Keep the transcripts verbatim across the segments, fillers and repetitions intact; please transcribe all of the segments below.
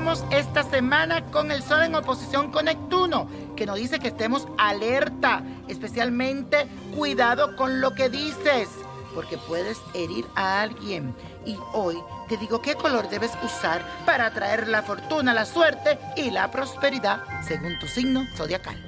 Comenzamos esta semana con el Sol en oposición con Neptuno, que nos dice que estemos alerta, especialmente cuidado con lo que dices, porque puedes herir a alguien. Y hoy te digo qué color debes usar para atraer la fortuna, la suerte y la prosperidad según tu signo zodiacal.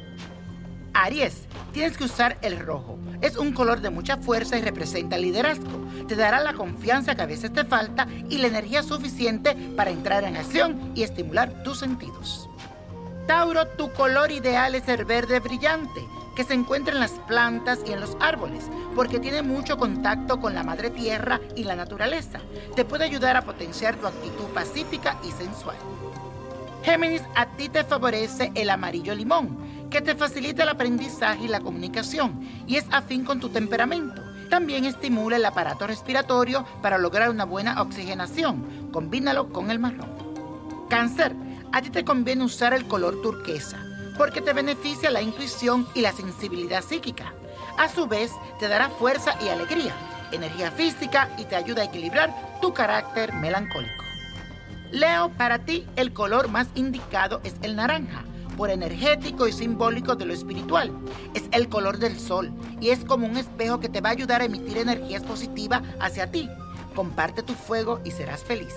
Aries, tienes que usar el rojo. Es un color de mucha fuerza y representa el liderazgo. Te dará la confianza que a veces te falta y la energía suficiente para entrar en acción y estimular tus sentidos. Tauro, tu color ideal es el verde brillante, que se encuentra en las plantas y en los árboles, porque tiene mucho contacto con la madre tierra y la naturaleza. Te puede ayudar a potenciar tu actitud pacífica y sensual. Géminis, a ti te favorece el amarillo limón, que te facilita el aprendizaje y la comunicación y es afín con tu temperamento. También estimula el aparato respiratorio para lograr una buena oxigenación. Combínalo con el marrón. Cáncer, a ti te conviene usar el color turquesa porque te beneficia la intuición y la sensibilidad psíquica. A su vez, te dará fuerza y alegría, energía física y te ayuda a equilibrar tu carácter melancólico. Leo, para ti el color más indicado es el naranja, por energético y simbólico de lo espiritual. Es el color del sol y es como un espejo que te va a ayudar a emitir energías positivas hacia ti. Comparte tu fuego y serás feliz.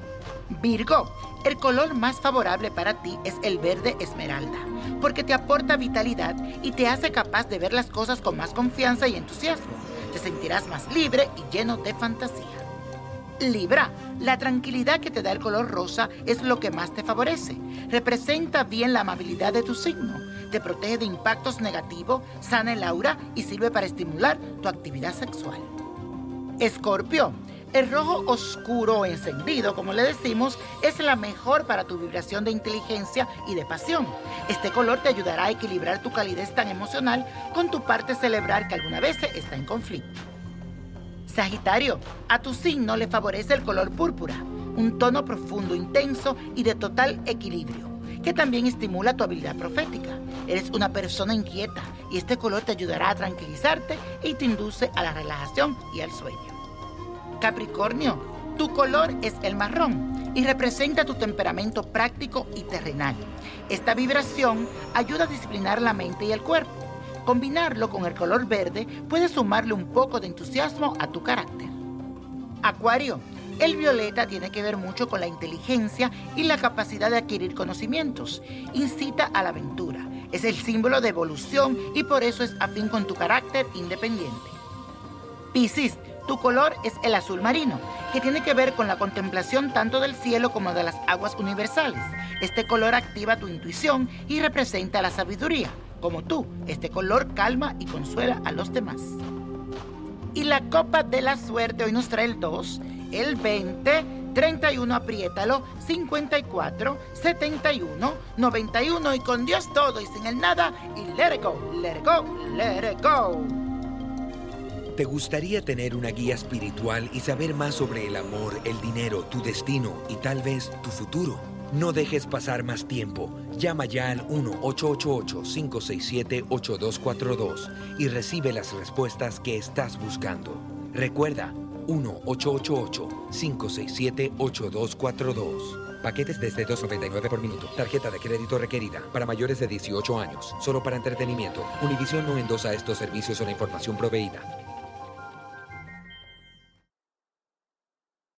Virgo, el color más favorable para ti es el verde esmeralda, porque te aporta vitalidad y te hace capaz de ver las cosas con más confianza y entusiasmo. Te sentirás más libre y lleno de fantasía. Libra, la tranquilidad que te da el color rosa es lo que más te favorece. Representa bien la amabilidad de tu signo, te protege de impactos negativos, sana el aura y sirve para estimular tu actividad sexual. Escorpio, el rojo oscuro o encendido, como le decimos, es la mejor para tu vibración de inteligencia y de pasión. Este color te ayudará a equilibrar tu calidez tan emocional con tu parte cerebral que alguna vez está en conflicto. Sagitario, a tu signo le favorece el color púrpura, un tono profundo, intenso y de total equilibrio, que también estimula tu habilidad profética. Eres una persona inquieta y este color te ayudará a tranquilizarte y te induce a la relajación y al sueño. Capricornio, tu color es el marrón y representa tu temperamento práctico y terrenal. Esta vibración ayuda a disciplinar la mente y el cuerpo. Combinarlo con el color verde puede sumarle un poco de entusiasmo a tu carácter. Acuario, el violeta tiene que ver mucho con la inteligencia y la capacidad de adquirir conocimientos. Incita a la aventura. Es el símbolo de evolución y por eso es afín con tu carácter independiente. Piscis, tu color es el azul marino, que tiene que ver con la contemplación tanto del cielo como de las aguas universales. Este color activa tu intuición y representa la sabiduría. Como tú, este color calma y consuela a los demás. Y la copa de la suerte hoy nos trae el dos, el veinte, treinta y uno, apriétalo, cincuenta y cuatro, setenta y uno, noventa y uno y con Dios todo y sin el nada y let it go, let it go, let it go. ¿Te gustaría tener una guía espiritual y saber más sobre el amor, el dinero, tu destino y tal vez tu futuro? No dejes pasar más tiempo. Llama ya al uno ocho ocho ocho, cinco seis siete, ocho dos cuatro dos y recibe las respuestas que estás buscando. Recuerda, uno ocho ocho ocho, cinco seis siete, ocho dos cuatro dos. Paquetes desde dos noventa y nueve por minuto. Tarjeta de crédito requerida para mayores de dieciocho años. Solo para entretenimiento. Univision no endosa estos servicios o la información proveída.